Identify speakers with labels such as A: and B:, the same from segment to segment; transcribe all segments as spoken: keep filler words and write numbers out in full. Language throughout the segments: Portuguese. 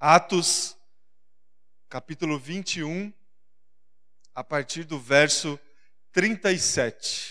A: Atos, capítulo vinte e um, a partir do verso trinta e sete.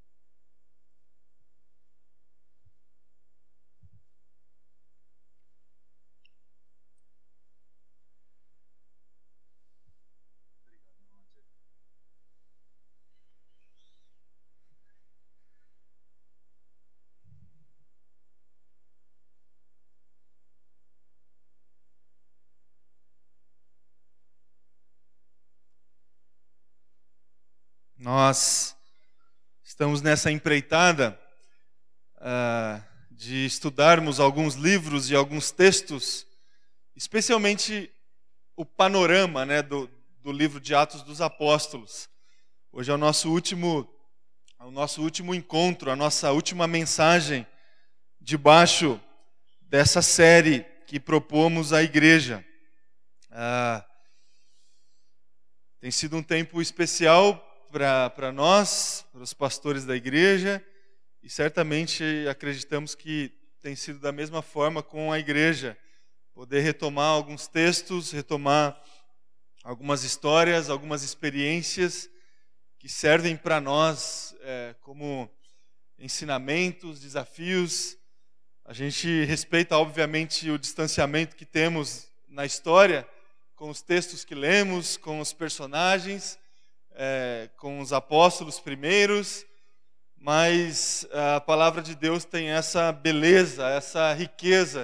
A: Nós estamos nessa empreitada uh, de estudarmos alguns livros e alguns textos, especialmente o panorama, né, do, do livro de Atos dos Apóstolos. Hoje é o nosso último, é o nosso último encontro, a nossa última mensagem debaixo dessa série que propomos à igreja. Uh, tem sido um tempo especial para nós, para os pastores da igreja, e certamente acreditamos que tem sido da mesma forma com a igreja, poder retomar alguns textos, retomar algumas histórias, algumas experiências que servem para nós é, como ensinamentos, desafios. A gente respeita, obviamente, o distanciamento que temos na história, com os textos que lemos, com os personagens, É, com os apóstolos primeiros, mas a palavra de Deus tem essa beleza, essa riqueza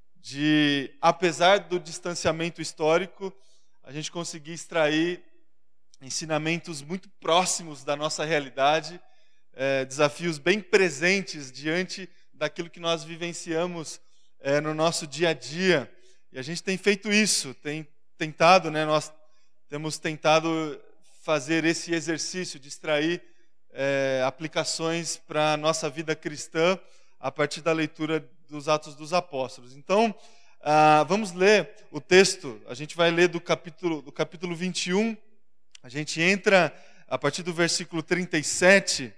A: de, apesar do distanciamento histórico, a gente conseguir extrair ensinamentos muito próximos da nossa realidade, é, desafios bem presentes diante daquilo que nós vivenciamos é, no nosso dia a dia. E a gente tem feito isso, tem tentado, né, nós temos tentado fazer esse exercício de extrair é, aplicações para a nossa vida cristã a partir da leitura dos Atos dos Apóstolos. Então, ah, vamos ler o texto. A gente vai ler do capítulo, do capítulo vinte e um. A gente entra a partir do versículo trinta e sete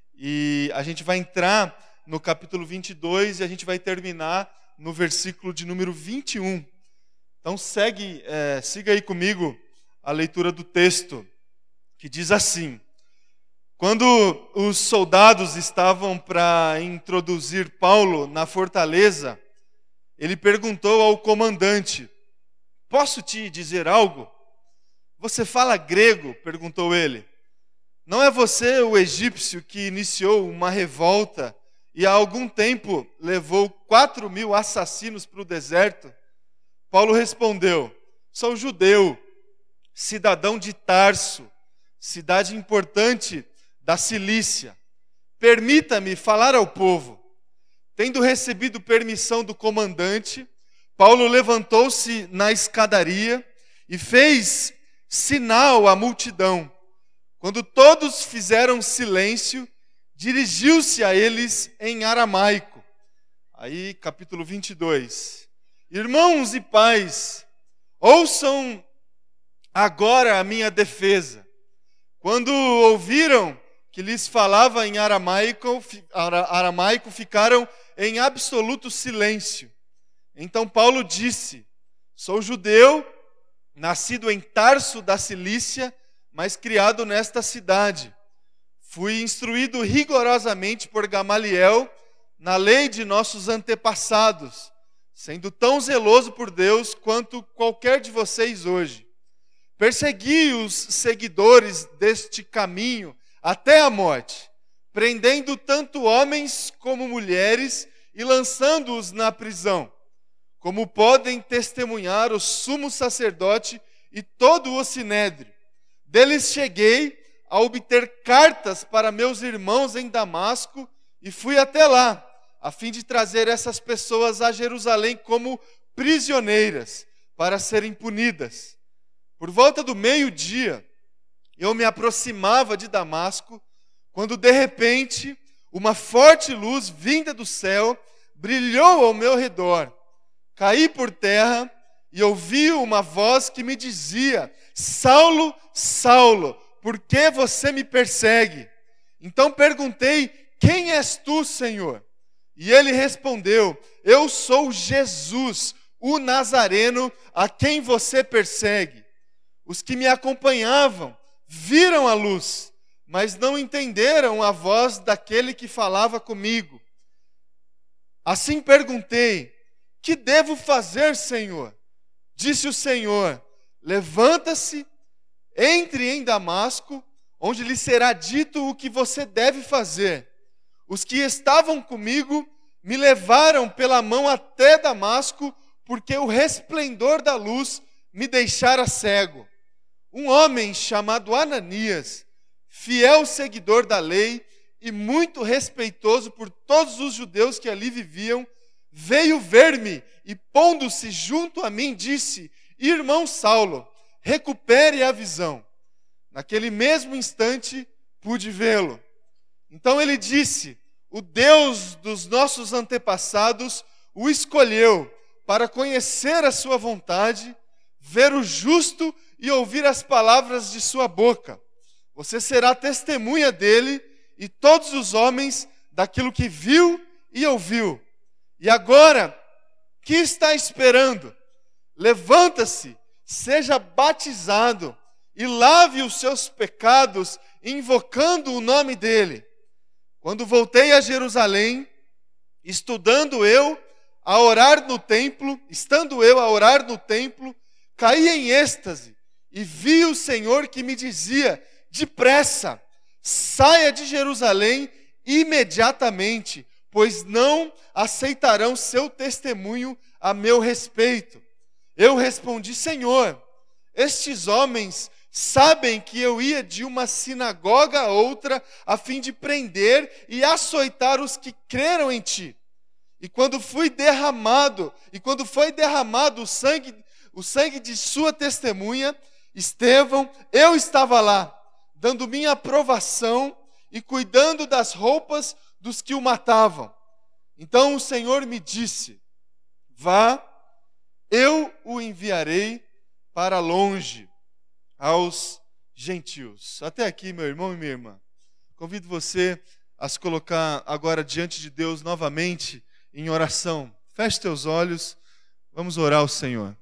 A: e a gente vai entrar no capítulo vinte e dois e a gente vai terminar no versículo de número vinte e um. Então, segue, é, siga aí comigo a leitura do texto, que diz assim: quando os soldados estavam para introduzir Paulo na fortaleza, ele perguntou ao comandante: posso te dizer algo? Você fala grego? Perguntou ele. Não é você o egípcio que iniciou uma revolta e há algum tempo levou quatro mil assassinos para o deserto? Paulo respondeu: sou judeu, cidadão de Tarso, cidade importante da Cilícia. Permita-me falar ao povo. Tendo recebido permissão do comandante, Paulo levantou-se na escadaria e fez sinal à multidão. Quando todos fizeram silêncio, dirigiu-se a eles em aramaico. Aí, capítulo vinte e dois. Irmãos e pais, ouçam agora a minha defesa. Quando ouviram que lhes falava em aramaico, aramaico, ficaram em absoluto silêncio. Então Paulo disse: sou judeu, nascido em Tarso da Cilícia, mas criado nesta cidade. Fui instruído rigorosamente por Gamaliel na lei de nossos antepassados, sendo tão zeloso por Deus quanto qualquer de vocês hoje. Persegui os seguidores deste caminho até a morte, prendendo tanto homens como mulheres e lançando-os na prisão. Como podem testemunhar o sumo sacerdote e todo o sinédrio. Deles cheguei a obter cartas para meus irmãos em Damasco e fui até lá, a fim de trazer essas pessoas a Jerusalém como prisioneiras, para serem punidas. Por volta do meio-dia, eu me aproximava de Damasco, quando de repente uma forte luz vinda do céu brilhou ao meu redor. Caí por terra e ouvi uma voz que me dizia: Saulo, Saulo, por que você me persegue? Então perguntei: quem és tu, Senhor? E ele respondeu: eu sou Jesus, o Nazareno a quem você persegue. Os que me acompanhavam viram a luz, mas não entenderam a voz daquele que falava comigo. Assim perguntei: que devo fazer, Senhor? Disse o Senhor: levanta-se, entre em Damasco, onde lhe será dito o que você deve fazer. Os que estavam comigo me levaram pela mão até Damasco, porque o resplendor da luz me deixara cego. Um homem chamado Ananias, fiel seguidor da lei e muito respeitoso por todos os judeus que ali viviam, veio ver-me e, pondo-se junto a mim, disse: irmão Saulo, recupere a visão. Naquele mesmo instante pude vê-lo. Então ele disse: o Deus dos nossos antepassados o escolheu para conhecer a sua vontade, ver o justo e ouvir as palavras de sua boca. Você será testemunha dele e todos os homens daquilo que viu e ouviu. E agora, que está esperando? Levanta-se, seja batizado e lave os seus pecados, invocando o nome dele. Quando voltei a Jerusalém, estudando eu a orar no templo, estando eu a orar no templo, caí em êxtase e vi o Senhor que me dizia: depressa, saia de Jerusalém imediatamente, pois não aceitarão seu testemunho a meu respeito. Eu respondi: Senhor, estes homens sabem que eu ia de uma sinagoga a outra a fim de prender e açoitar os que creram em ti. E quando fui derramado, e quando foi derramado o sangue, o sangue de sua testemunha, Estevão, eu estava lá, dando minha aprovação e cuidando das roupas dos que o matavam. Então o Senhor me disse: vá, eu o enviarei para longe, aos gentios. Até aqui, meu irmão e minha irmã. Convido você a se colocar agora diante de Deus novamente em oração. Feche teus olhos, vamos orar ao Senhor.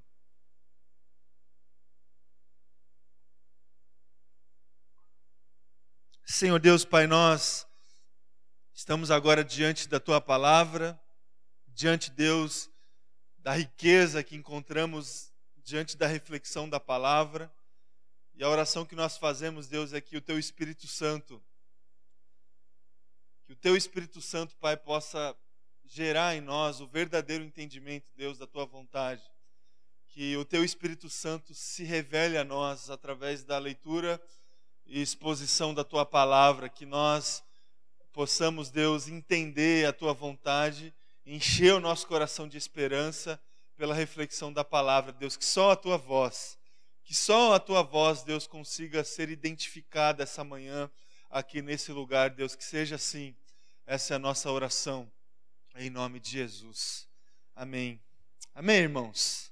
A: Senhor Deus, Pai, nós estamos agora diante da Tua palavra, diante, Deus, da riqueza que encontramos diante da reflexão da palavra. E a oração que nós fazemos, Deus, é que o Teu Espírito Santo, que o Teu Espírito Santo, Pai, possa gerar em nós o verdadeiro entendimento, Deus, da Tua vontade. Que o Teu Espírito Santo se revele a nós através da leitura e exposição da Tua palavra, que nós possamos, Deus, entender a Tua vontade, encher o nosso coração de esperança pela reflexão da palavra, Deus, que só a Tua voz, que só a Tua voz, Deus, consiga ser identificada essa manhã aqui nesse lugar, Deus, que seja assim. Essa é a nossa oração, em nome de Jesus. Amém. Amém, irmãos?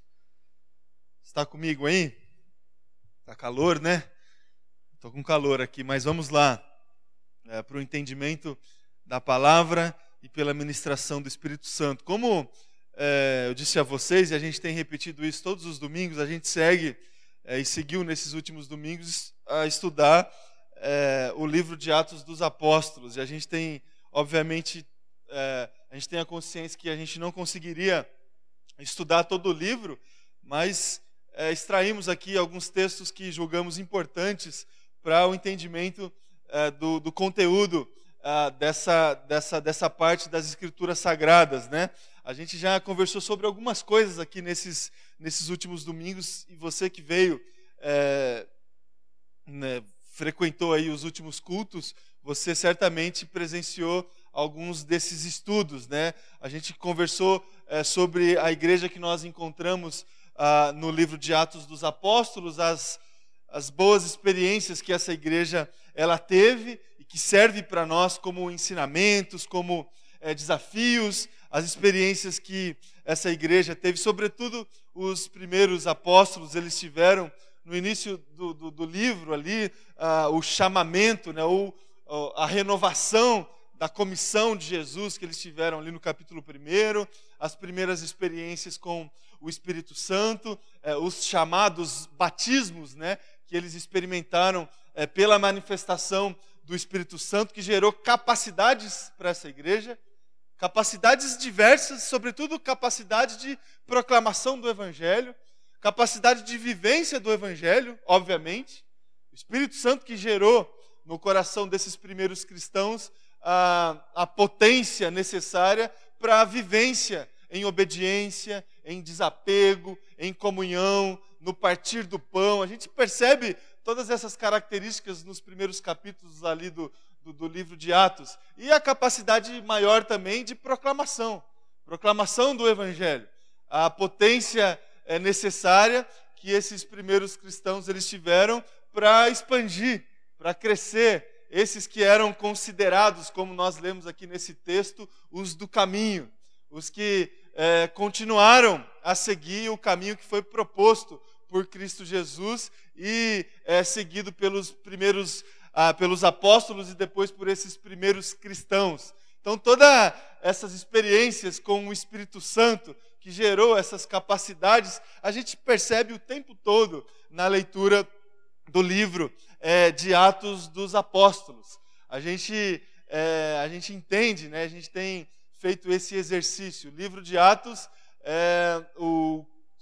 A: Está comigo aí? Está calor, né? Estou com calor aqui, mas vamos lá é, para o entendimento da palavra e pela ministração do Espírito Santo. Como é, eu disse a vocês, e a gente tem repetido isso todos os domingos, a gente segue é, e seguiu nesses últimos domingos a estudar é, o livro de Atos dos Apóstolos. E a gente tem, obviamente, é, a gente tem a consciência que a gente não conseguiria estudar todo o livro, mas é, extraímos aqui alguns textos que julgamos importantes para o entendimento é, do, do conteúdo é, dessa, dessa, dessa parte das Escrituras Sagradas, né? A gente já conversou sobre algumas coisas aqui nesses, nesses últimos domingos, e você que veio, é, né, frequentou aí os últimos cultos, você certamente presenciou alguns desses estudos, né? A gente conversou é, sobre a igreja que nós encontramos ah, no livro de Atos dos Apóstolos, as as boas experiências que essa igreja ela teve e que serve para nós como ensinamentos, como é, desafios, as experiências que essa igreja teve, sobretudo os primeiros apóstolos, eles tiveram no início do, do, do livro ali ah, o chamamento, né, ou, ou a renovação da comissão de Jesus que eles tiveram ali no capítulo primeiro, as primeiras experiências com o Espírito Santo, é, os chamados batismos, né, que eles experimentaram é, pela manifestação do Espírito Santo, que gerou capacidades para essa igreja, capacidades diversas, sobretudo capacidade de proclamação do Evangelho, capacidade de vivência do Evangelho, obviamente. O Espírito Santo que gerou no coração desses primeiros cristãos a, a potência necessária para a vivência em obediência, em desapego, em comunhão, no partir do pão. A gente percebe todas essas características nos primeiros capítulos ali do, do, do livro de Atos. E a capacidade maior também de proclamação, proclamação do Evangelho. A potência é, necessária que esses primeiros cristãos eles tiveram para expandir, para crescer, esses que eram considerados, como nós lemos aqui nesse texto, os do caminho, os que é, continuaram a seguir o caminho que foi proposto por Cristo Jesus e é, seguido pelos primeiros, ah, pelos apóstolos e depois por esses primeiros cristãos. Então, todas essas experiências com o Espírito Santo, que gerou essas capacidades, a gente percebe o tempo todo na leitura do livro é, de Atos dos Apóstolos. A gente, é, a gente entende, né? A gente tem feito esse exercício. O livro de Atos é o,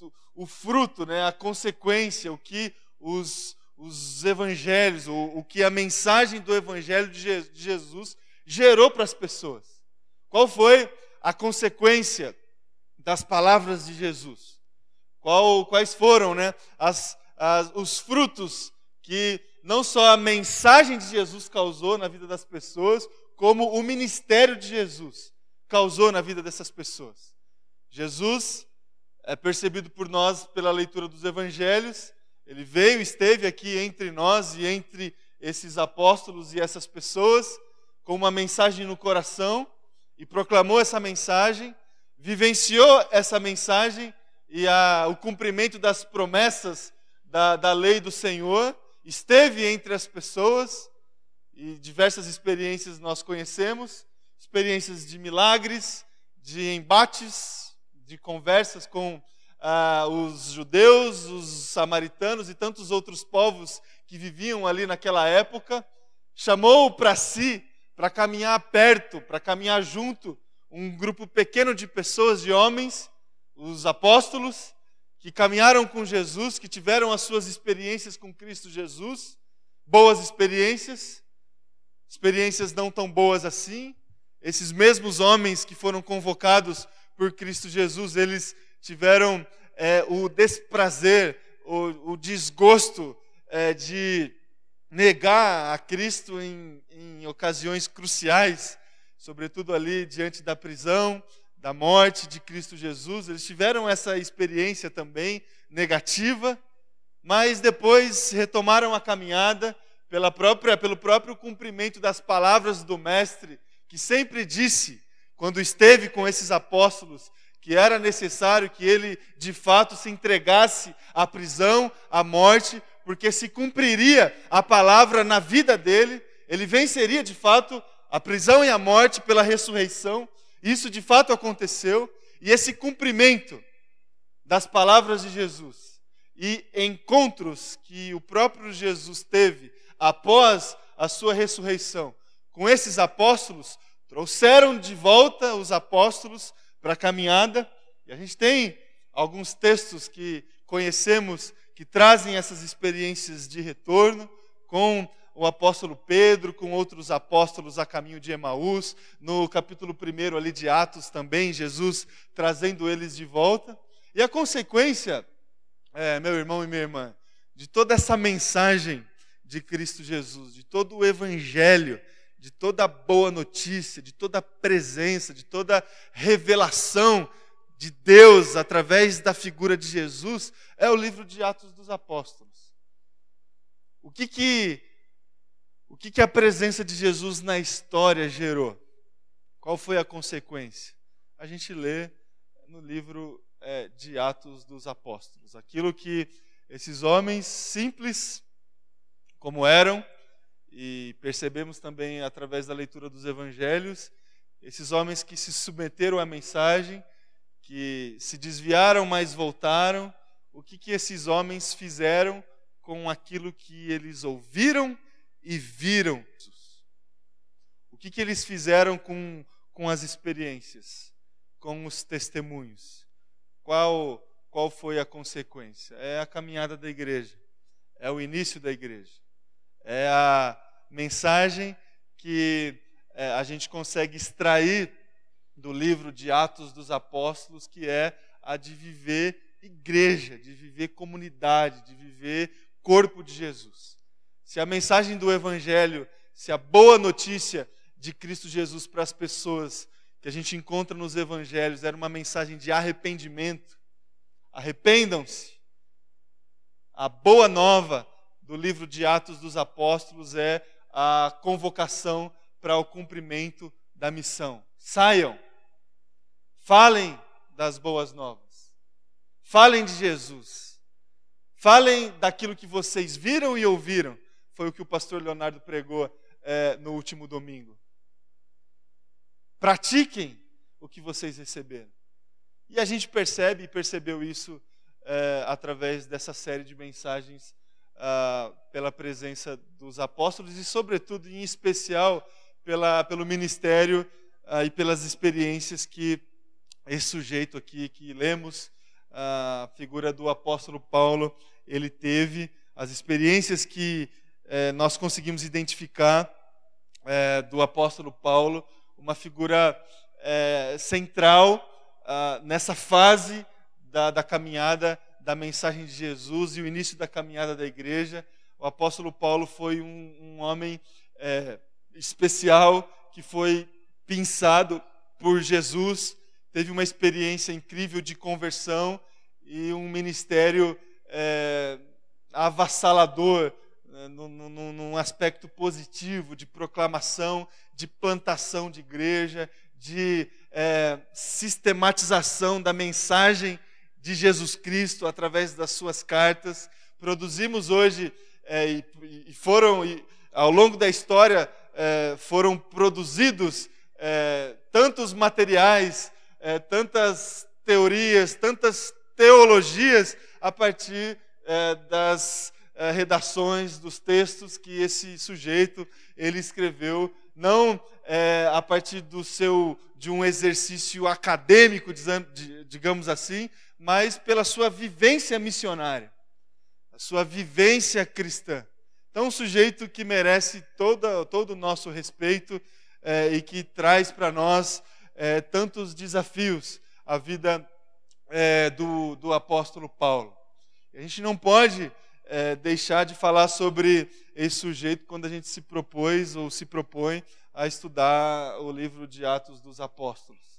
A: o fruto, né? A consequência, o que os, os evangelhos, o, o que a mensagem do Evangelho de, Je, de Jesus gerou para as pessoas. Qual foi a consequência das palavras de Jesus? Qual, quais foram, né, as, as, os frutos que não só a mensagem de Jesus causou na vida das pessoas, como o ministério de Jesus causou na vida dessas pessoas? Jesus é percebido por nós pela leitura dos evangelhos. Ele veio, esteve aqui entre nós e entre esses apóstolos e essas pessoas com uma mensagem no coração e proclamou essa mensagem, vivenciou essa mensagem e a, o cumprimento das promessas da, da lei do Senhor, esteve entre as pessoas e diversas experiências nós conhecemos, experiências de milagres, de embates, de conversas com ah, os judeus, os samaritanos e tantos outros povos que viviam ali naquela época. Chamou para si, para caminhar perto, para caminhar junto, um grupo pequeno de pessoas, de homens, os apóstolos, que caminharam com Jesus, que tiveram as suas experiências com Cristo Jesus, boas experiências, experiências não tão boas assim. Esses mesmos homens que foram convocados por Cristo Jesus, eles tiveram é, o desprazer, o, o desgosto é, de negar a Cristo em, em ocasiões cruciais, sobretudo ali diante da prisão, da morte de Cristo Jesus. Eles tiveram essa experiência também negativa, mas depois retomaram a caminhada pela própria, pelo próprio cumprimento das palavras do Mestre, que sempre disse, quando esteve com esses apóstolos, que era necessário que ele de fato se entregasse à prisão, à morte, porque se cumpriria a palavra na vida dele, ele venceria de fato a prisão e a morte pela ressurreição. Isso de fato aconteceu, e esse cumprimento das palavras de Jesus e encontros que o próprio Jesus teve após a sua ressurreição com esses apóstolos, trouxeram de volta os apóstolos para a caminhada. E a gente tem alguns textos que conhecemos que trazem essas experiências de retorno com o apóstolo Pedro, com outros apóstolos a caminho de Emaús, no capítulo primeiro ali de Atos também, Jesus trazendo eles de volta. E a consequência, é, meu irmão e minha irmã, de toda essa mensagem de Cristo Jesus, de todo o evangelho, de toda a boa notícia, de toda a presença, de toda a revelação de Deus através da figura de Jesus, é o livro de Atos dos Apóstolos. O que que O que, que a presença de Jesus na história gerou? Qual foi a consequência? A gente lê no livro é, de Atos dos Apóstolos. Aquilo que esses homens simples, como eram, e percebemos também através da leitura dos evangelhos, esses homens que se submeteram à mensagem, que se desviaram, mas voltaram. O que, que esses homens fizeram com aquilo que eles ouviram e viram? O que, que eles fizeram com, com as experiências, com os testemunhos? Qual, qual foi a consequência? É a caminhada da igreja, é o início da igreja, é a mensagem que é, a gente consegue extrair do livro de Atos dos Apóstolos, que é a de viver igreja, de viver comunidade, de viver corpo de Jesus. Se a mensagem do Evangelho, se a boa notícia de Cristo Jesus para as pessoas que a gente encontra nos Evangelhos era uma mensagem de arrependimento, arrependam-se. A boa nova do livro de Atos dos Apóstolos é a convocação para o cumprimento da missão. Saiam, falem das boas novas, falem de Jesus, falem daquilo que vocês viram e ouviram. Foi o que o pastor Leonardo pregou é, no último domingo. Pratiquem o que vocês receberam. E a gente percebe e percebeu isso é, através dessa série de mensagens ah, pela presença dos apóstolos e, sobretudo, em especial, pela, pelo ministério ah, e pelas experiências que esse sujeito aqui que lemos, a figura do apóstolo Paulo, ele teve, as experiências que eh, nós conseguimos identificar eh, do apóstolo Paulo, uma figura eh, central ah, nessa fase da, da caminhada da mensagem de Jesus e o início da caminhada da igreja. O apóstolo Paulo foi um, um homem eh, especial que foi pinçado por Jesus, teve uma experiência incrível de conversão e um ministério é, avassalador, é, num, num aspecto positivo, de proclamação, de plantação de igreja, de é, sistematização da mensagem de Jesus Cristo através das suas cartas. Produzimos hoje, é, e, e foram, e, ao longo da história, é, foram produzidos é, tantos materiais, É, tantas teorias, tantas teologias a partir é, das é, redações dos textos que esse sujeito ele escreveu, não é, a partir do seu de um exercício acadêmico, digamos assim, mas pela sua vivência missionária, a sua vivência cristã. Então, um sujeito que merece toda, todo o nosso respeito é, e que traz para nós É, tantos desafios a vida é, do, do apóstolo Paulo. A gente não pode é, deixar de falar sobre esse sujeito quando a gente se propôs ou se propõe a estudar o livro de Atos dos Apóstolos.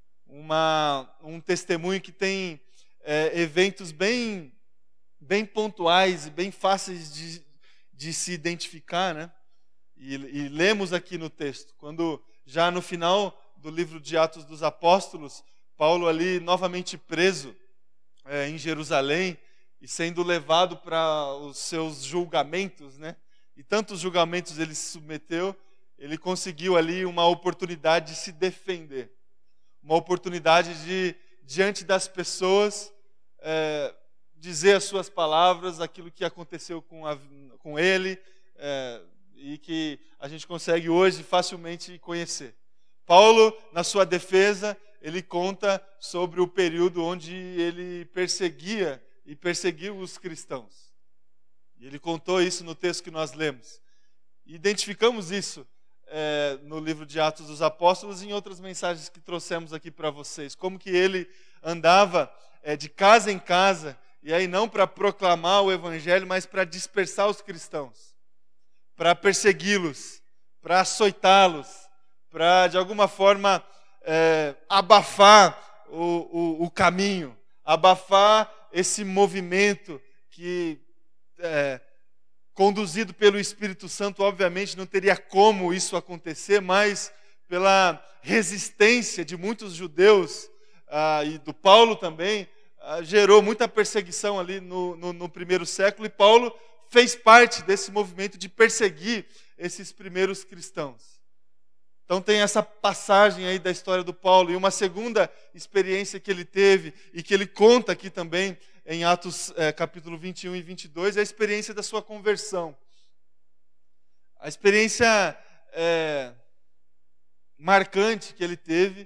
A: Uma, um testemunho que tem é, eventos bem, bem pontuais e bem fáceis de, de se identificar, né? E, e lemos aqui no texto, quando já no final do livro de Atos dos Apóstolos, Paulo ali novamente preso é, em Jerusalém e sendo levado para os seus julgamentos, né? E tantos julgamentos ele se submeteu, ele conseguiu ali uma oportunidade de se defender, uma oportunidade de, diante das pessoas, é, dizer as suas palavras, aquilo que aconteceu com, a, com ele é, e que a gente consegue hoje facilmente conhecer. Paulo, na sua defesa, ele conta sobre o período onde ele perseguia e perseguiu os cristãos. E ele contou isso no texto que nós lemos. E identificamos isso é, no livro de Atos dos Apóstolos e em outras mensagens que trouxemos aqui para vocês. Como que ele andava é, de casa em casa, e aí não para proclamar o evangelho, mas para dispersar os cristãos, para persegui-los, para açoitá-los, para, de alguma forma, é, abafar o, o, o caminho, abafar esse movimento que, é, conduzido pelo Espírito Santo, obviamente não teria como isso acontecer, mas pela resistência de muitos judeus, ah, e do Paulo também, ah, gerou muita perseguição ali no, no, no primeiro século, e Paulo fez parte desse movimento de perseguir esses primeiros cristãos. Então tem essa passagem aí da história do Paulo. E uma segunda experiência que ele teve, e que ele conta aqui também, em Atos é, capítulo vinte e um e vinte e dois, é a experiência da sua conversão. A experiência é, marcante que ele teve,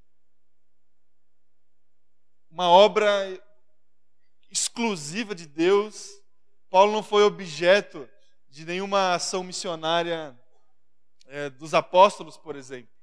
A: uma obra exclusiva de Deus. Paulo não foi objeto de nenhuma ação missionária é, dos apóstolos, por exemplo.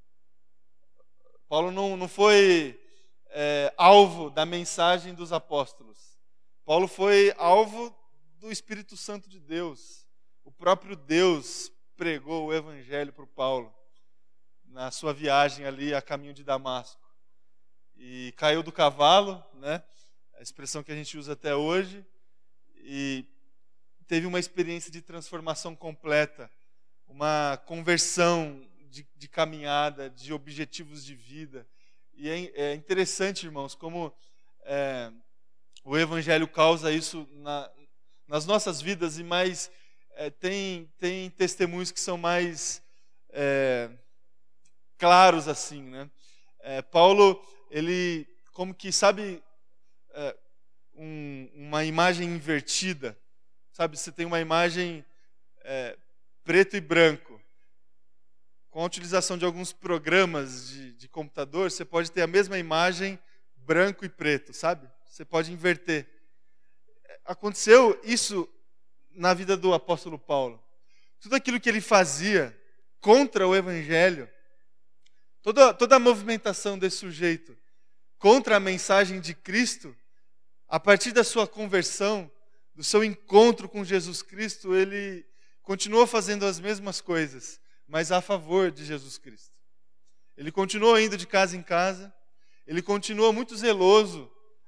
A: Paulo não, não foi é, alvo da mensagem dos apóstolos. Paulo foi alvo do Espírito Santo de Deus. O próprio Deus pregou o evangelho para o Paulo na sua viagem ali a caminho de Damasco. E caiu do cavalo, né? A expressão que a gente usa até hoje, e teve uma experiência de transformação completa, uma conversão de, de caminhada, de objetivos de vida. E é, é interessante, irmãos, como é, o Evangelho causa isso na, nas nossas vidas, e mais é, tem, tem testemunhos que são mais é, claros assim, né? É, Paulo, ele como que, sabe, é, um, uma imagem invertida. Sabe, você tem uma imagem é, preto e branco. Com a utilização de alguns programas de, de computador, você pode ter a mesma imagem branco e preto, sabe? Você pode inverter. Aconteceu isso na vida do apóstolo Paulo. Tudo aquilo que ele fazia contra o evangelho, toda, toda a movimentação desse sujeito contra a mensagem de Cristo, a partir da sua conversão, do seu encontro com Jesus Cristo, ele continuou fazendo as mesmas coisas, mas a favor de Jesus Cristo. Ele continuou indo de casa em casa, ele continuou muito zeloso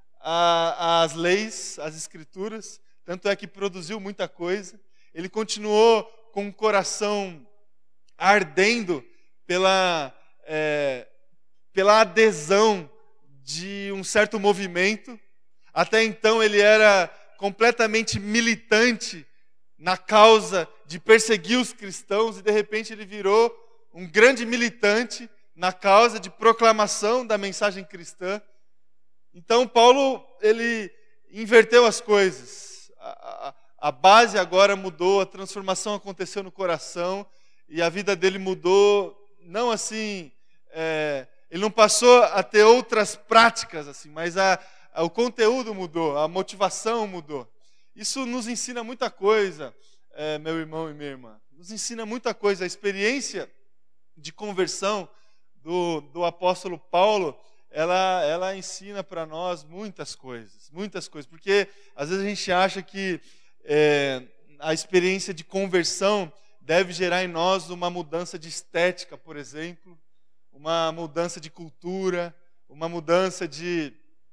A: às leis, às escrituras, tanto é que produziu muita coisa. Ele continuou com o coração ardendo pela, é, pela adesão de um certo movimento. Até então ele era completamente militante na causa de perseguir os cristãos, e de repente ele virou um grande militante na causa de proclamação da mensagem cristã. Então Paulo, ele inverteu as coisas. A, a, a base agora mudou, a transformação aconteceu no coração, e a vida dele mudou, não assim, é, ele não passou a ter outras práticas, assim, mas a O conteúdo mudou, a motivação mudou. Isso nos ensina muita coisa, é, meu irmão e minha irmã. Nos ensina muita coisa. A experiência de conversão do, do apóstolo Paulo, ela, ela ensina para nós muitas coisas. Muitas coisas. Porque às vezes a gente acha que é, a experiência de conversão deve gerar em nós uma mudança de estética, por exemplo. Uma mudança de cultura, uma mudança de...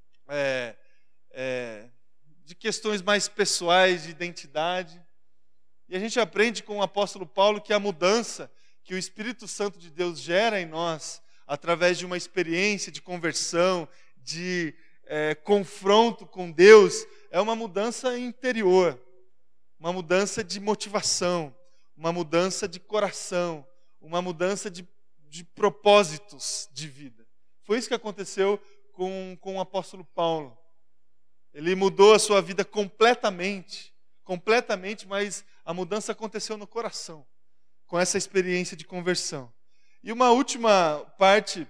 A: É, é, de questões mais pessoais, de identidade. E a gente aprende com o apóstolo Paulo que a mudança que o Espírito Santo de Deus gera em nós, através de uma experiência de conversão, de é, confronto com Deus, é uma mudança interior, uma mudança de motivação, uma mudança de coração, uma mudança de, de propósitos de vida. Foi isso que aconteceu Com, com o apóstolo Paulo. Ele mudou a sua vida completamente, completamente, mas a mudança aconteceu no coração, com essa experiência de conversão. E uma última parte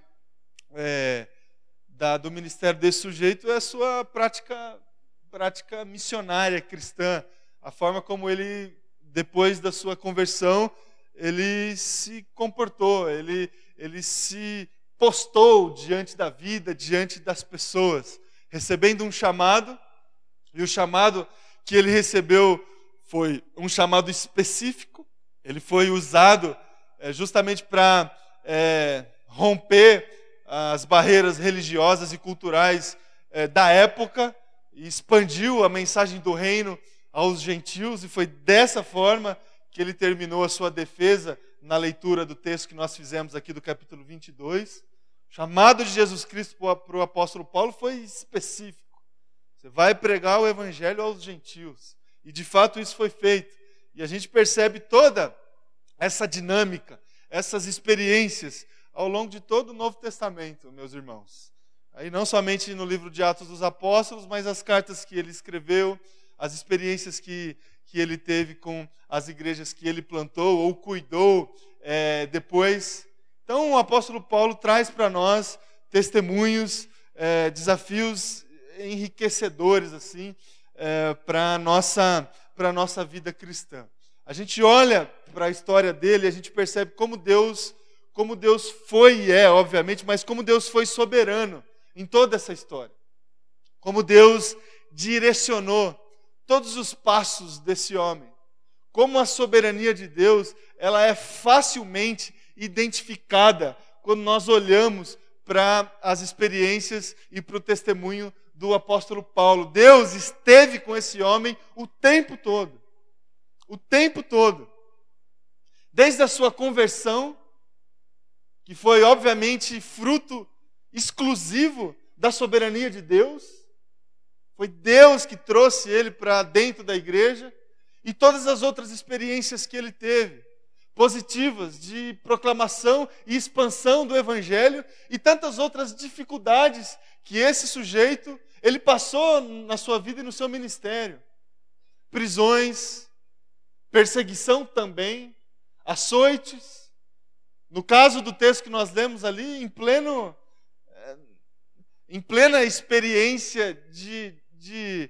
A: é, da, do ministério desse sujeito é a sua prática, prática missionária cristã, a forma como ele, depois da sua conversão, ele se comportou, ele, ele se postou diante da vida, diante das pessoas, recebendo um chamado, e o chamado que ele recebeu foi um chamado específico. Ele foi usado é, justamente para é, romper as barreiras religiosas e culturais é, da época, e expandiu a mensagem do reino aos gentios, e foi dessa forma que ele terminou a sua defesa na leitura do texto que nós fizemos aqui do capítulo vinte e dois. O chamado de Jesus Cristo para o apóstolo Paulo foi específico. Você vai pregar o evangelho aos gentios. E de fato isso foi feito. E a gente percebe toda essa dinâmica, essas experiências ao longo de todo o Novo Testamento, meus irmãos. Aí não somente no livro de Atos dos Apóstolos, mas as cartas que ele escreveu, as experiências que, que ele teve com as igrejas que ele plantou ou cuidou é, depois. Então o apóstolo Paulo traz para nós testemunhos, é, desafios enriquecedores assim, é, para a nossa, para a nossa vida cristã. A gente olha para a história dele e a gente percebe como Deus, como Deus foi e é, obviamente, mas como Deus foi soberano em toda essa história. Como Deus direcionou todos os passos desse homem. Como a soberania de Deus, ela é facilmente identificada quando nós olhamos para as experiências e para o testemunho do apóstolo Paulo. Deus esteve com esse homem o tempo todo. O tempo todo. Desde a sua conversão, que foi obviamente fruto exclusivo da soberania de Deus. Foi Deus que trouxe ele para dentro da igreja. E todas as outras experiências que ele teve, positivas, de proclamação e expansão do Evangelho, e tantas outras dificuldades que esse sujeito, ele passou na sua vida e no seu ministério. Prisões, perseguição também, açoites. No caso do texto que nós lemos ali, em pleno, em plena experiência de, de,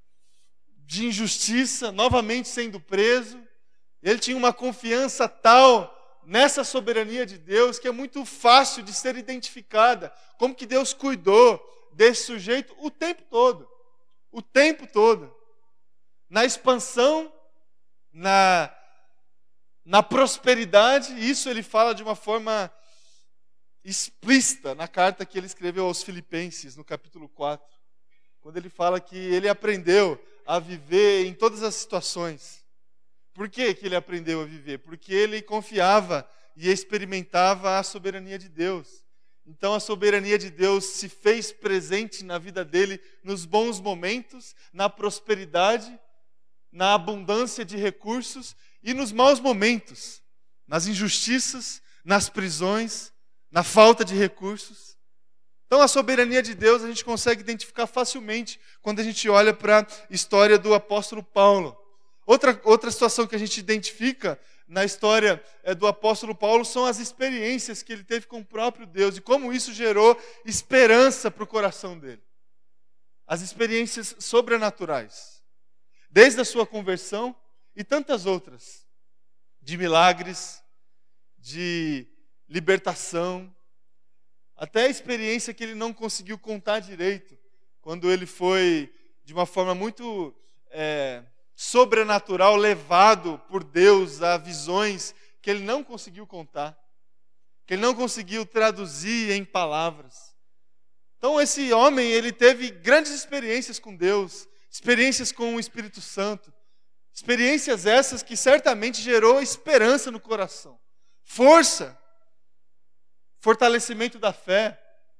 A: de injustiça, novamente sendo preso, ele tinha uma confiança tal nessa soberania de Deus que é muito fácil de ser identificada. Como que Deus cuidou desse sujeito o tempo todo. O tempo todo. Na expansão, na, na prosperidade, isso ele fala de uma forma explícita na carta que ele escreveu aos Filipenses, no capítulo quatro. Quando ele fala que ele aprendeu a viver em todas as situações. Por que que ele aprendeu a viver? Porque ele confiava e experimentava a soberania de Deus. Então a soberania de Deus se fez presente na vida dele nos bons momentos, na prosperidade, na abundância de recursos e nos maus momentos, nas injustiças, nas prisões, na falta de recursos. Então a soberania de Deus a gente consegue identificar facilmente quando a gente olha para a história do apóstolo Paulo. Outra, outra situação que a gente identifica na história é, do apóstolo Paulo são as experiências que ele teve com o próprio Deus e como isso gerou esperança para o coração dele. As experiências sobrenaturais, desde a sua conversão e tantas outras, de milagres, de libertação, até a experiência que ele não conseguiu contar direito, quando ele foi, de uma forma muito é, sobrenatural, levado por Deus a visões que ele não conseguiu contar, que ele não conseguiu traduzir em palavras. Então esse homem, ele teve grandes experiências com Deus, experiências com o Espírito Santo, experiências essas que certamente gerou esperança no coração, força, fortalecimento da fé,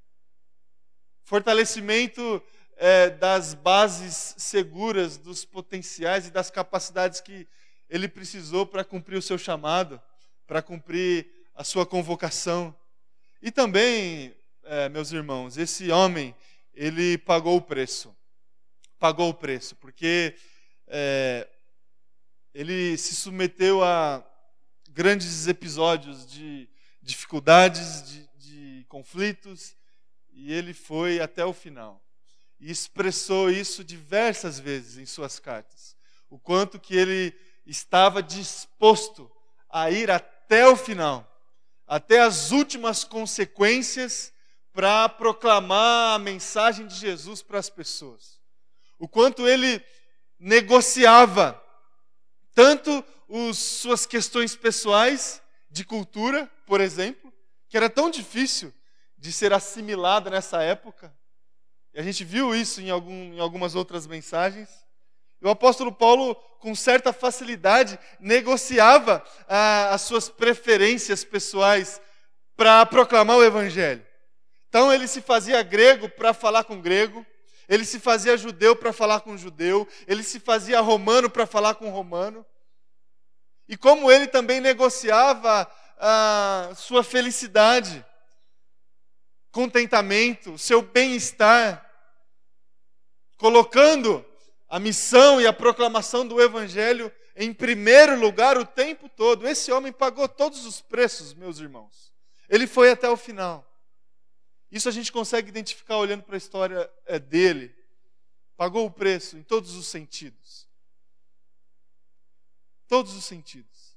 A: fortalecimento é, das bases seguras, dos potenciais e das capacidades que ele precisou para cumprir o seu chamado, para cumprir a sua convocação. E também, é, meus irmãos, esse homem, ele pagou o preço. Pagou o preço, porque é, ele se submeteu a grandes episódios de dificuldades, de, de conflitos, e ele foi até o final. E expressou isso diversas vezes em suas cartas. O quanto que ele estava disposto a ir até o final, até as últimas consequências, para proclamar a mensagem de Jesus para as pessoas. O quanto ele negociava tanto as suas questões pessoais, de cultura, por exemplo, que era tão difícil de ser assimilada nessa época. E a gente viu isso em, algum, em algumas outras mensagens. E o apóstolo Paulo, com certa facilidade, negociava ah, as suas preferências pessoais para proclamar o Evangelho. Então ele se fazia grego para falar com grego, ele se fazia judeu para falar com judeu, ele se fazia romano para falar com romano. E como ele também negociava a sua felicidade, contentamento, seu bem-estar, colocando a missão e a proclamação do Evangelho em primeiro lugar o tempo todo. Esse homem pagou todos os preços, meus irmãos. Ele foi até o final. Isso a gente consegue identificar olhando para a história dele. Pagou o preço em todos os sentidos. Todos os sentidos.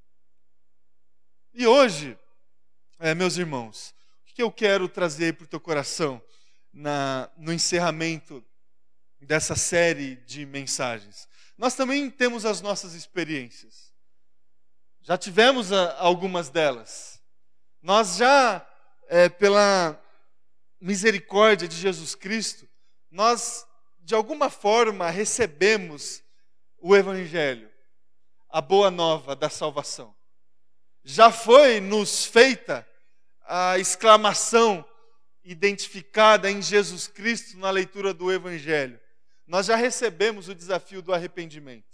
A: E hoje, é, meus irmãos, o que eu quero trazer para o teu coração na, no encerramento dessa série de mensagens? Nós também temos as nossas experiências. Já tivemos a, algumas delas. Nós já, é, pela misericórdia de Jesus Cristo, nós, de alguma forma, recebemos o Evangelho, a boa nova da salvação. Já foi nos feita a exclamação identificada em Jesus Cristo na leitura do Evangelho. Nós já recebemos o desafio do arrependimento.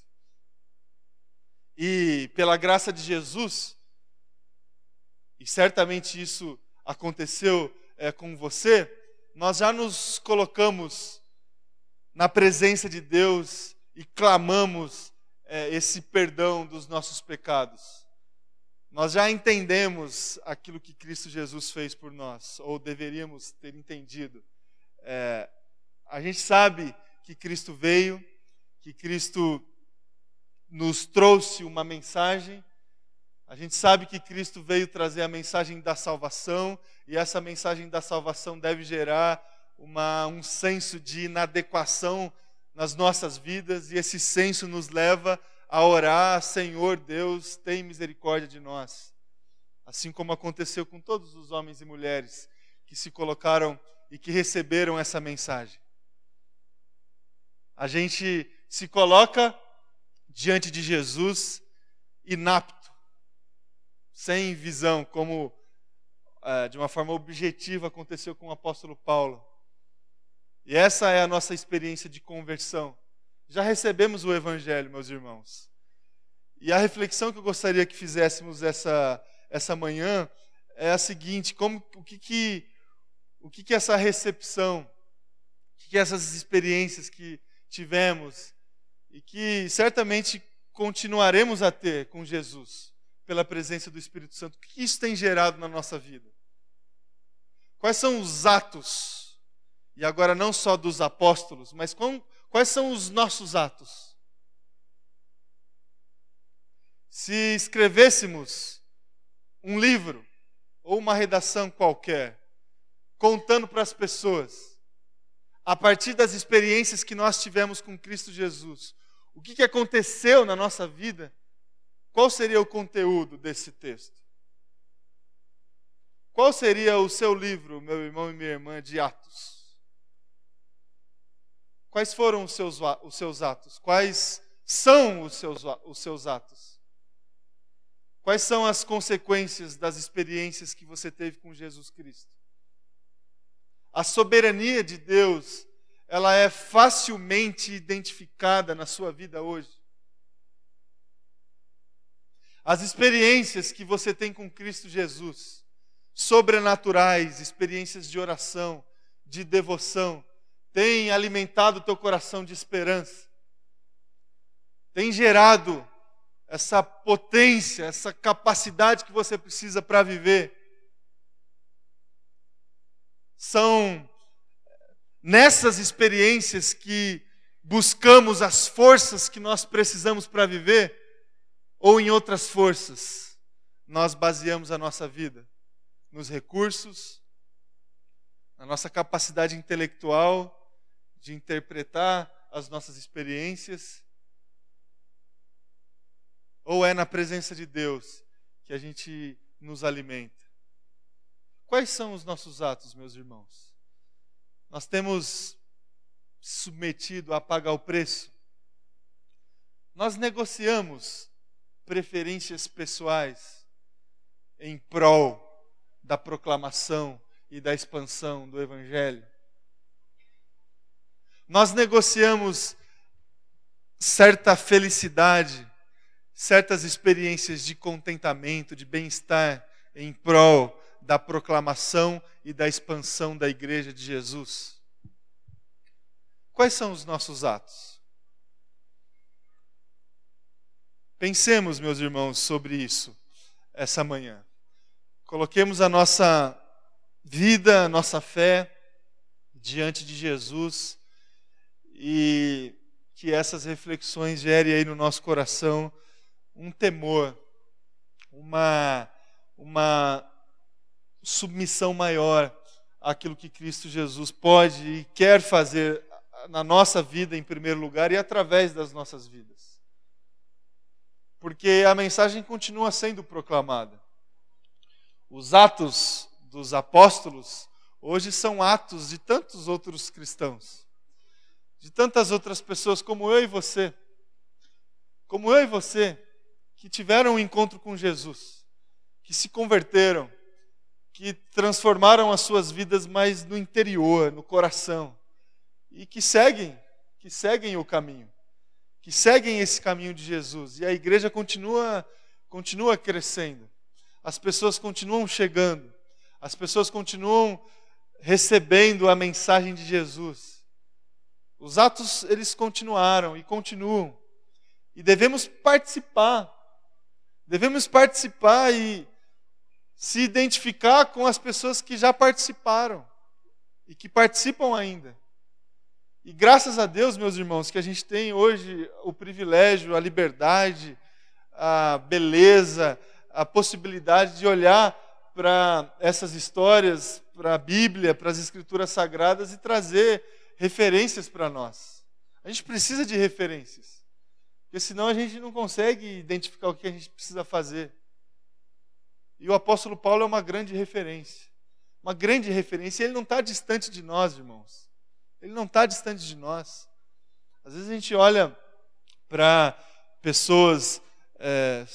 A: E pela graça de Jesus, e certamente isso aconteceu é, com você, nós já nos colocamos na presença de Deus e clamamos é, esse perdão dos nossos pecados. Nós já entendemos aquilo que Cristo Jesus fez por nós, ou deveríamos ter entendido. É, a gente sabe que Cristo veio, que Cristo nos trouxe uma mensagem. A gente sabe que Cristo veio trazer a mensagem da salvação, e essa mensagem da salvação deve gerar uma, um senso de inadequação nas nossas vidas, e esse senso nos leva a orar: Senhor Deus, tem misericórdia de nós. Assim como aconteceu com todos os homens e mulheres que se colocaram e que receberam essa mensagem. A gente se coloca diante de Jesus inapto, sem visão, como é, de uma forma objetiva aconteceu com o apóstolo Paulo. E essa é a nossa experiência de conversão. Já recebemos o Evangelho, meus irmãos. E a reflexão que eu gostaria que fizéssemos essa, essa manhã é a seguinte: como, o, que, que, o que, que essa recepção, o que, que essas experiências que tivemos e que certamente continuaremos a ter com Jesus, pela presença do Espírito Santo, o que isso tem gerado na nossa vida? Quais são os atos, e agora não só dos apóstolos, mas com, quais são os nossos atos? Se escrevêssemos um livro ou uma redação qualquer, contando para as pessoas, a partir das experiências que nós tivemos com Cristo Jesus, o que, que aconteceu na nossa vida, qual seria o conteúdo desse texto? Qual seria o seu livro, meu irmão e minha irmã, de atos? Quais foram os seus, os seus atos? Quais são os seus, os seus atos? Quais são as consequências das experiências que você teve com Jesus Cristo? A soberania de Deus, ela é facilmente identificada na sua vida hoje. As experiências que você tem com Cristo Jesus, sobrenaturais, experiências de oração, de devoção, têm alimentado o teu coração de esperança, têm gerado essa potência, essa capacidade que você precisa para viver. São nessas experiências que buscamos as forças que nós precisamos para viver, ou em outras forças nós baseamos a nossa vida? Nos recursos, na nossa capacidade intelectual de interpretar as nossas experiências? Ou é na presença de Deus que a gente nos alimenta? Quais são os nossos atos, meus irmãos? Nós temos submetido a pagar o preço? Nós negociamos preferências pessoais em prol da proclamação e da expansão do Evangelho? Nós negociamos certa felicidade certas experiências de contentamento, de bem-estar em prol da proclamação e da expansão da Igreja de Jesus? Quais são os nossos atos? Pensemos, meus irmãos, sobre isso essa manhã. Coloquemos a nossa vida, a nossa fé diante de Jesus e que essas reflexões gerem aí no nosso coração um temor, uma, uma submissão maior àquilo que Cristo Jesus pode e quer fazer na nossa vida em primeiro lugar e através das nossas vidas. Porque a mensagem continua sendo proclamada. Os atos dos apóstolos hoje são atos de tantos outros cristãos, de tantas outras pessoas como eu e você, como eu e você, que tiveram um encontro com Jesus, que se converteram, que transformaram as suas vidas mais no interior, no coração, e que seguem, que seguem o caminho, que seguem esse caminho de Jesus. E a igreja continua, continua crescendo, as pessoas continuam chegando, as pessoas continuam recebendo a mensagem de Jesus. Os atos, eles continuaram e continuam. E devemos participar. Devemos participar e se identificar com as pessoas que já participaram e que participam ainda. E graças a Deus, meus irmãos, que a gente tem hoje o privilégio, a liberdade, a beleza, a possibilidade de olhar para essas histórias, para a Bíblia, para as Escrituras Sagradas e trazer referências para nós. A gente precisa de referências. Porque senão a gente não consegue identificar o que a gente precisa fazer. E o apóstolo Paulo é uma grande referência. Uma grande referência. Ele não está distante de nós, irmãos. Ele não está distante de nós. Às vezes a gente olha para pessoas é,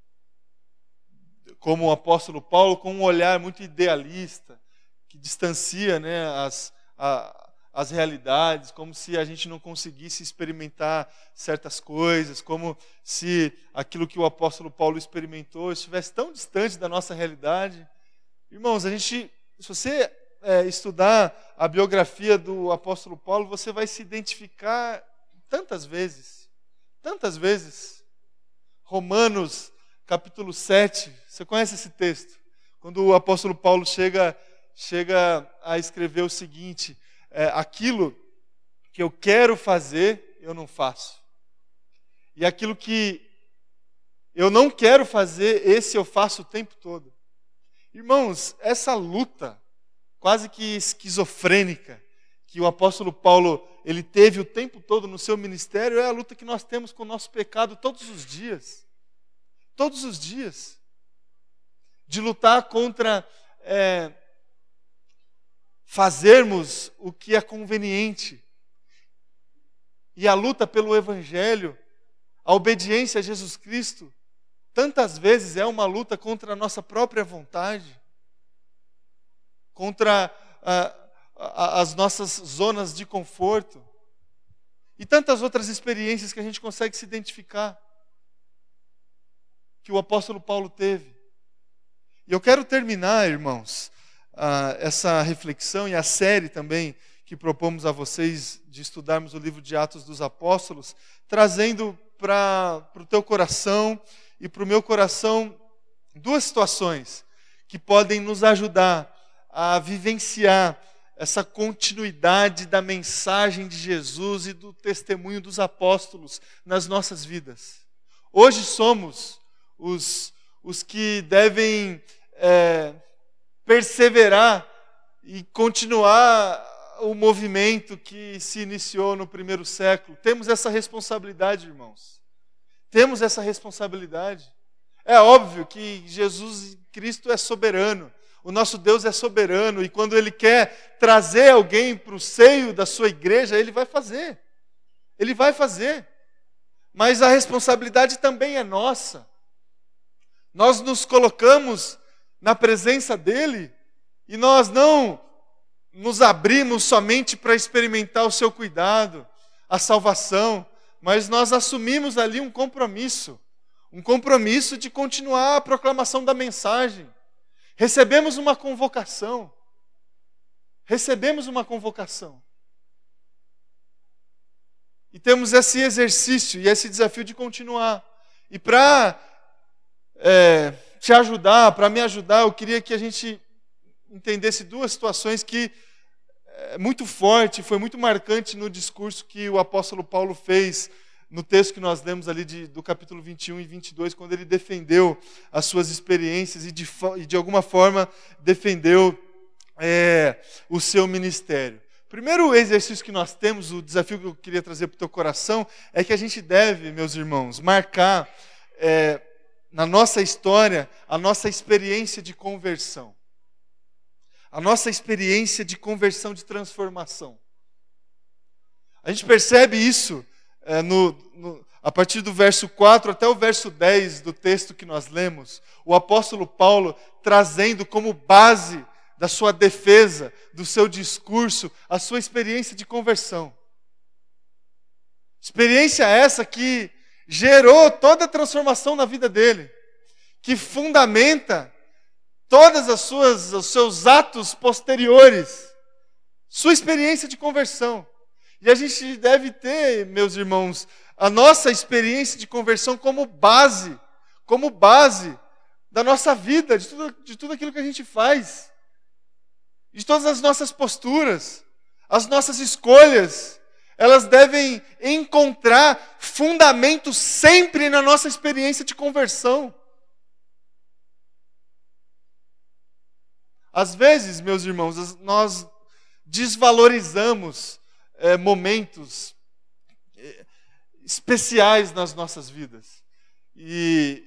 A: como o apóstolo Paulo com um olhar muito idealista, que distancia, né, as, a, as realidades, como se a gente não conseguisse experimentar certas coisas, como se aquilo que o apóstolo Paulo experimentou estivesse tão distante da nossa realidade. Irmãos, a gente, se você é, estudar a biografia do apóstolo Paulo, você vai se identificar tantas vezes, tantas vezes. Romanos, capítulo sete, você conhece esse texto? Quando o apóstolo Paulo chega, chega a escrever o seguinte: é, aquilo que eu quero fazer, eu não faço. E aquilo que eu não quero fazer, esse eu faço o tempo todo. Irmãos, essa luta quase que esquizofrênica que o apóstolo Paulo ele teve o tempo todo no seu ministério é a luta que nós temos com o nosso pecado todos os dias. Todos os dias. De lutar contra é, fazermos o que é conveniente. E a luta pelo Evangelho, a obediência a Jesus Cristo, tantas vezes é uma luta contra a nossa própria vontade, contra a, a, as nossas zonas de conforto e tantas outras experiências que a gente consegue se identificar, que o apóstolo Paulo teve. E eu quero terminar, irmãos, uh, essa reflexão e a série também que propomos a vocês de estudarmos o livro de Atos dos Apóstolos, trazendo para o teu coração e para o meu coração duas situações que podem nos ajudar a vivenciar essa continuidade da mensagem de Jesus e do testemunho dos apóstolos nas nossas vidas. Hoje somos os, os que devem é, perseverar e continuar o movimento que se iniciou no primeiro século. Temos essa responsabilidade, irmãos. Temos essa responsabilidade. É óbvio que Jesus Cristo é soberano. O nosso Deus é soberano e quando Ele quer trazer alguém para o seio da sua igreja, Ele vai fazer. Ele vai fazer. Mas a responsabilidade também é nossa. Nós nos colocamos na presença dEle e nós não nos abrimos somente para experimentar o seu cuidado, a salvação, mas nós assumimos ali um compromisso. um compromisso de continuar a proclamação da mensagem. Recebemos uma convocação. Recebemos uma convocação. E temos esse exercício e esse desafio de continuar. E para é, te ajudar, para me ajudar, eu queria que a gente entendesse duas situações que é muito forte, foi muito marcante no discurso que o apóstolo Paulo fez no texto que nós lemos ali de, do capítulo vinte e um e vinte e dois, quando ele defendeu as suas experiências e de, e de alguma forma defendeu é, o seu ministério. O primeiro exercício que nós temos, o desafio que eu queria trazer para o teu coração, é que a gente deve, meus irmãos, marcar é, na nossa história a nossa experiência de conversão. A nossa experiência de conversão, de transformação. A gente percebe isso é, no, no, a partir do verso quatro até o verso dez do texto que nós lemos. O apóstolo Paulo trazendo como base da sua defesa, do seu discurso, a sua experiência de conversão. Experiência essa que gerou toda a transformação na vida dele, que fundamenta todas as suas, os seus atos posteriores, sua experiência de conversão. E a gente deve ter, meus irmãos, a nossa experiência de conversão como base, como base da nossa vida, de tudo, de tudo aquilo que a gente faz. De todas as nossas posturas, as nossas escolhas, elas devem encontrar fundamento sempre na nossa experiência de conversão. Às vezes, meus irmãos, nós desvalorizamos é, momentos é, especiais nas nossas vidas. E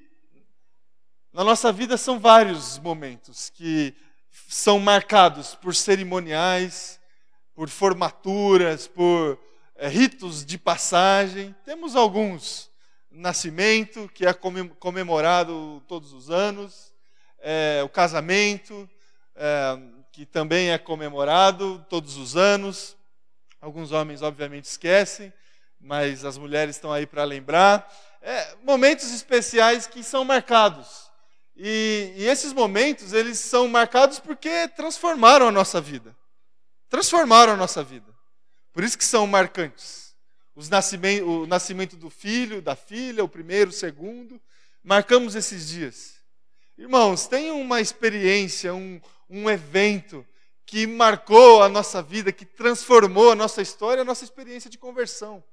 A: na nossa vida são vários momentos que são marcados por cerimoniais, por formaturas, por é, ritos de passagem. Temos alguns. Nascimento, que é comemorado todos os anos. É, o casamento, é, que também é comemorado todos os anos. Alguns homens, obviamente, esquecem, mas as mulheres estão aí para lembrar. É, momentos especiais que são marcados. E, e esses momentos, eles são marcados porque transformaram a nossa vida. Transformaram a nossa vida. Por isso que são marcantes. Os nascimento, o nascimento do filho, da filha, o primeiro, o segundo. Marcamos esses dias. Irmãos, tem uma experiência, um, um evento que marcou a nossa vida, que transformou a nossa história, a nossa experiência de conversão.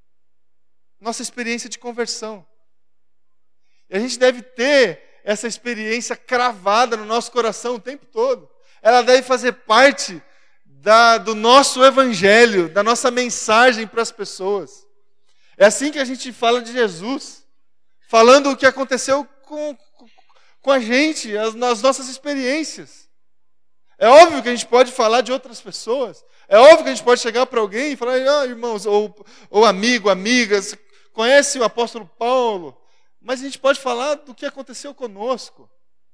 A: Nossa experiência de conversão. E a gente deve ter essa experiência cravada no nosso coração o tempo todo. Ela deve fazer parte da, do nosso evangelho, da nossa mensagem para as pessoas. É assim que a gente fala de Jesus, falando o que aconteceu com, com a gente, as, as nossas experiências. É óbvio que a gente pode falar de outras pessoas. É óbvio que a gente pode chegar para alguém e falar, ah, irmãos, ou, ou amigo, amigas, conhece o apóstolo Paulo? Mas a gente pode falar do que aconteceu conosco.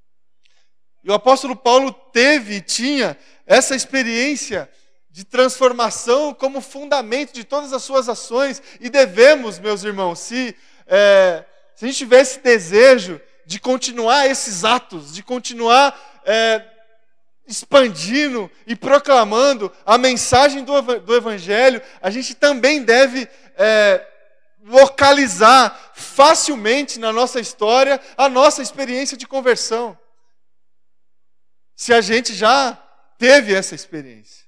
A: E o apóstolo Paulo teve e tinha essa experiência de transformação como fundamento de todas as suas ações. E devemos, meus irmãos, se, é, se a gente tiver esse desejo de continuar esses atos, de continuar é, expandindo e proclamando a mensagem do, do Evangelho, a gente também deve É, localizar facilmente na nossa história a nossa experiência de conversão. Se a gente já teve essa experiência.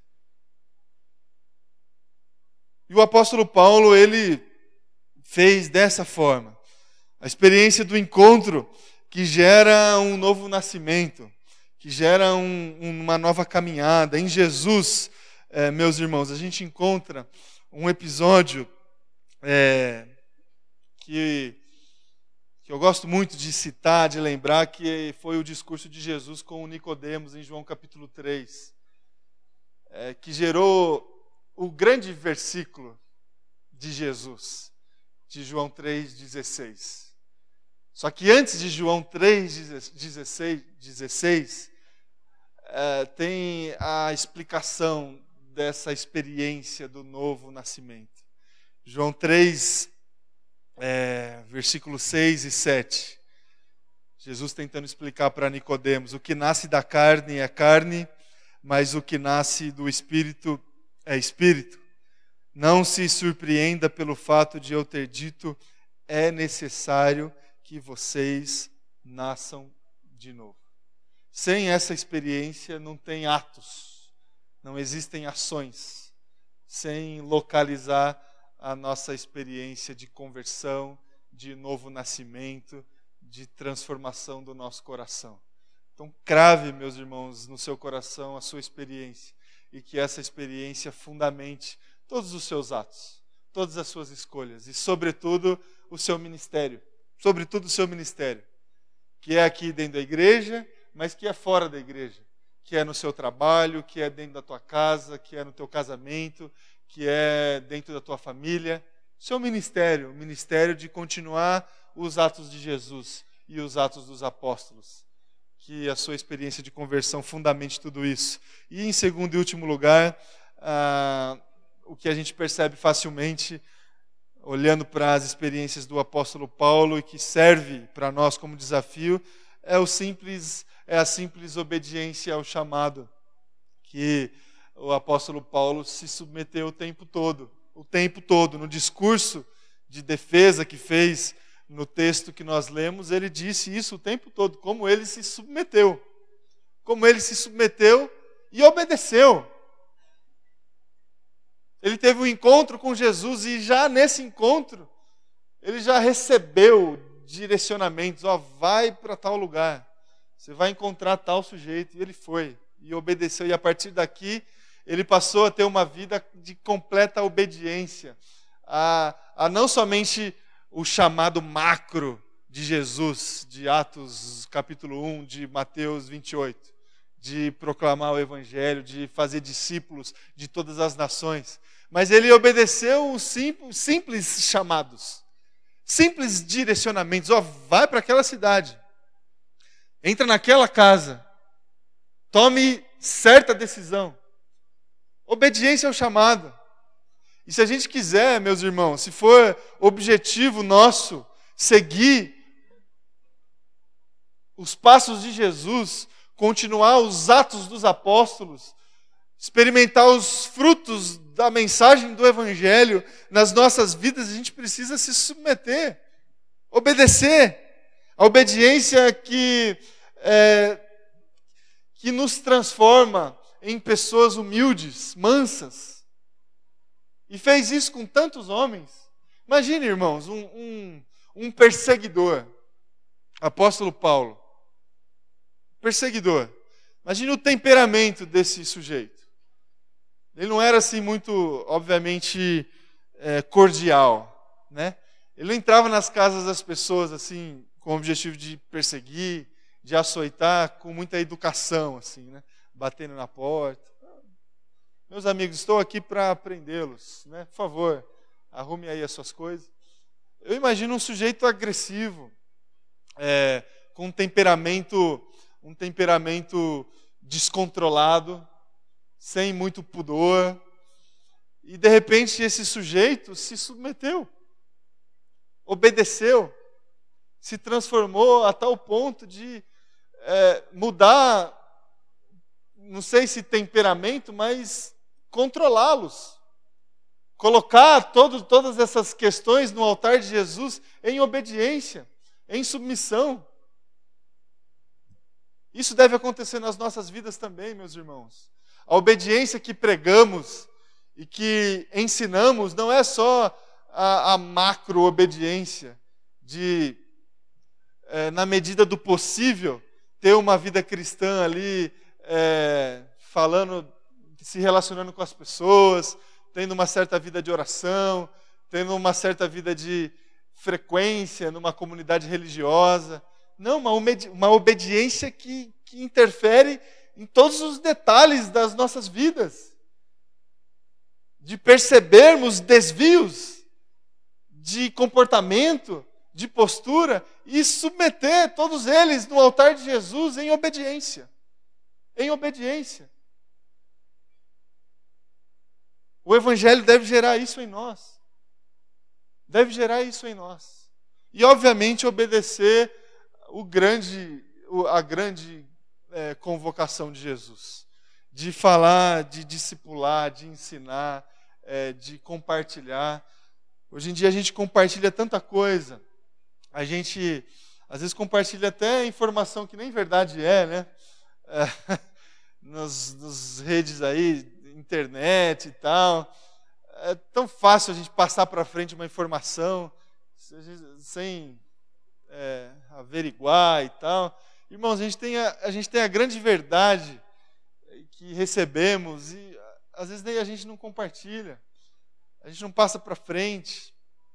A: E o apóstolo Paulo, ele fez dessa forma. A experiência do encontro que gera um novo nascimento, que gera um, uma nova caminhada. Em Jesus, é, meus irmãos, a gente encontra um episódio É, que, que eu gosto muito de citar, de lembrar, que foi o discurso de Jesus com o Nicodemos em João capítulo três, é, que gerou o grande versículo de Jesus, de João três, dezesseis. Só que antes de João três, dezesseis, é, tem a explicação dessa experiência do novo nascimento. João três, é, versículos seis e sete. Jesus tentando explicar para Nicodemos: o que nasce da carne é carne, mas o que nasce do Espírito é Espírito. Não se surpreenda pelo fato de eu ter dito: é necessário que vocês nasçam de novo. Sem essa experiência não tem atos, não existem ações, sem localizar a nossa experiência de conversão, de novo nascimento, de transformação do nosso coração. Então, crave, meus irmãos, no seu coração a sua experiência, e que essa experiência fundamente todos os seus atos, todas as suas escolhas, e sobretudo o seu ministério, sobretudo o seu ministério, que é aqui dentro da igreja, mas que é fora da igreja, que é no seu trabalho, que é dentro da tua casa, que é no teu casamento, que é dentro da tua família. Seu ministério, o ministério de continuar os atos de Jesus e os atos dos apóstolos. Que a sua experiência de conversão fundamente tudo isso. E em segundo e último lugar, ah, o que a gente percebe facilmente, olhando para as experiências do apóstolo Paulo e que serve para nós como desafio, é, o simples, é a simples obediência ao chamado que o apóstolo Paulo se submeteu o tempo todo. O tempo todo, no discurso de defesa que fez no texto que nós lemos, ele disse isso o tempo todo, como ele se submeteu. Como ele se submeteu e obedeceu. Ele teve um encontro com Jesus e já nesse encontro, ele já recebeu direcionamentos. Ó, vai para tal lugar, você vai encontrar tal sujeito. E ele foi e obedeceu. E a partir daqui, ele passou a ter uma vida de completa obediência. A, a não somente o chamado macro de Jesus, de Atos capítulo um, de Mateus vinte e oito, de proclamar o Evangelho, de fazer discípulos de todas as nações. Mas ele obedeceu os simples, simples chamados, simples direcionamentos. Ó, vai para aquela cidade, entra naquela casa, tome certa decisão. Obediência ao chamado. E se a gente quiser, meus irmãos, se for objetivo nosso seguir os passos de Jesus, continuar os atos dos apóstolos, experimentar os frutos da mensagem do Evangelho nas nossas vidas, a gente precisa se submeter, obedecer. A obediência que, é, que nos transforma em pessoas humildes, mansas. E fez isso com tantos homens. Imagine, irmãos, um, um, um perseguidor. Apóstolo Paulo. Perseguidor. Imagine o temperamento desse sujeito. Ele não era assim muito, obviamente, é, cordial, né? Ele não entrava nas casas das pessoas assim, com o objetivo de perseguir, de açoitar, com muita educação, assim, né? Batendo na porta. Meus amigos, estou aqui para aprendê-los, né? Por favor, arrume aí as suas coisas. Eu imagino um sujeito agressivo, é, com um temperamento, um temperamento descontrolado, sem muito pudor, e de repente esse sujeito se submeteu, obedeceu, se transformou a tal ponto de é, mudar, não sei se temperamento, mas controlá-los. Colocar todo, todas essas questões no altar de Jesus em obediência, em submissão. Isso deve acontecer nas nossas vidas também, meus irmãos. A obediência que pregamos e que ensinamos não é só a, a macro-obediência de, é, na medida do possível, ter uma vida cristã ali, é, falando, se relacionando com as pessoas, tendo uma certa vida de oração, tendo uma certa vida de frequência numa comunidade religiosa. Não, uma, uma obediência que, que interfere em todos os detalhes das nossas vidas. De percebermos desvios de comportamento, de postura, e submeter todos eles no altar de Jesus em obediência. Em obediência. O Evangelho deve gerar isso em nós. Deve gerar isso em nós. E, obviamente, obedecer o grande, a grande é, convocação de Jesus. De falar, de discipular, de ensinar, é, de compartilhar. Hoje em dia a gente compartilha tanta coisa. A gente, às vezes, compartilha até informação que nem verdade é, né? É, nas, nas redes aí, internet e tal. É tão fácil a gente passar para frente uma informação sem é, averiguar e tal. Irmãos, a gente, tem a, a gente tem a grande verdade que recebemos e às vezes nem a gente não compartilha. A gente não passa para frente.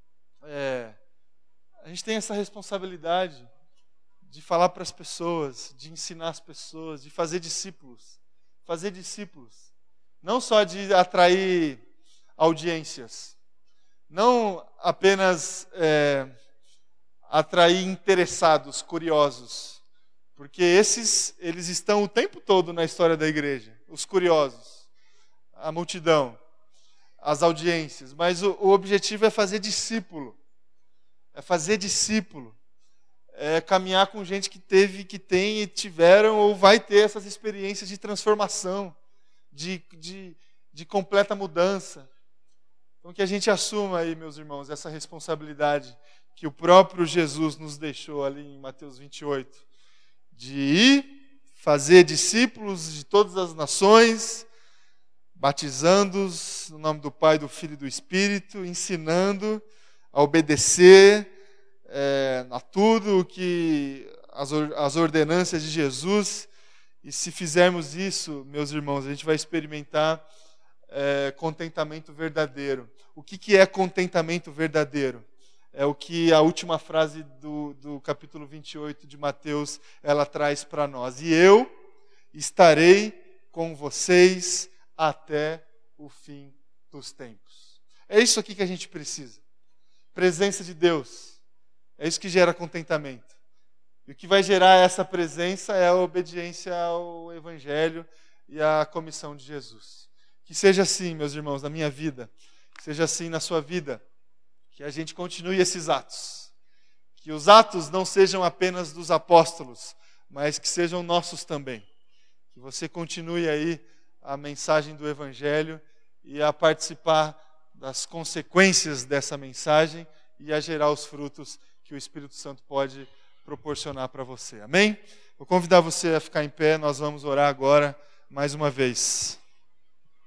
A: É, a gente tem essa responsabilidade de falar para as pessoas, de ensinar as pessoas, de fazer discípulos. Fazer discípulos. Não só de atrair audiências. Não apenas é, atrair interessados, curiosos. Porque esses, eles estão o tempo todo na história da igreja. Os curiosos, a multidão, as audiências. Mas o, o objetivo é fazer discípulo. É fazer discípulo. É caminhar com gente que teve, que tem e tiveram ou vai ter essas experiências de transformação, de, de, de completa mudança. Então que a gente assuma aí, meus irmãos, essa responsabilidade que o próprio Jesus nos deixou ali em Mateus vinte e oito, de ir, fazer discípulos de todas as nações, batizando-os no nome do Pai, do Filho e do Espírito, ensinando a obedecer é, a tudo o que as, as ordenanças de Jesus. E se fizermos isso, meus irmãos, a gente vai experimentar é, contentamento verdadeiro. O que, que é contentamento verdadeiro? É o que a última frase do, do capítulo vinte e oito de Mateus, ela traz para nós. E eu estarei com vocês até o fim dos tempos. É isso aqui que a gente precisa. Presença de Deus. É isso que gera contentamento. E o que vai gerar essa presença é a obediência ao Evangelho e à comissão de Jesus. Que seja assim, meus irmãos, na minha vida. Que seja assim na sua vida. Que a gente continue esses atos. Que os atos não sejam apenas dos apóstolos, mas que sejam nossos também. Que você continue aí a mensagem do Evangelho e a participar das consequências dessa mensagem e a gerar os frutos que o Espírito Santo pode proporcionar para você. Amém? Vou convidar você a ficar em pé, nós vamos orar agora mais uma vez.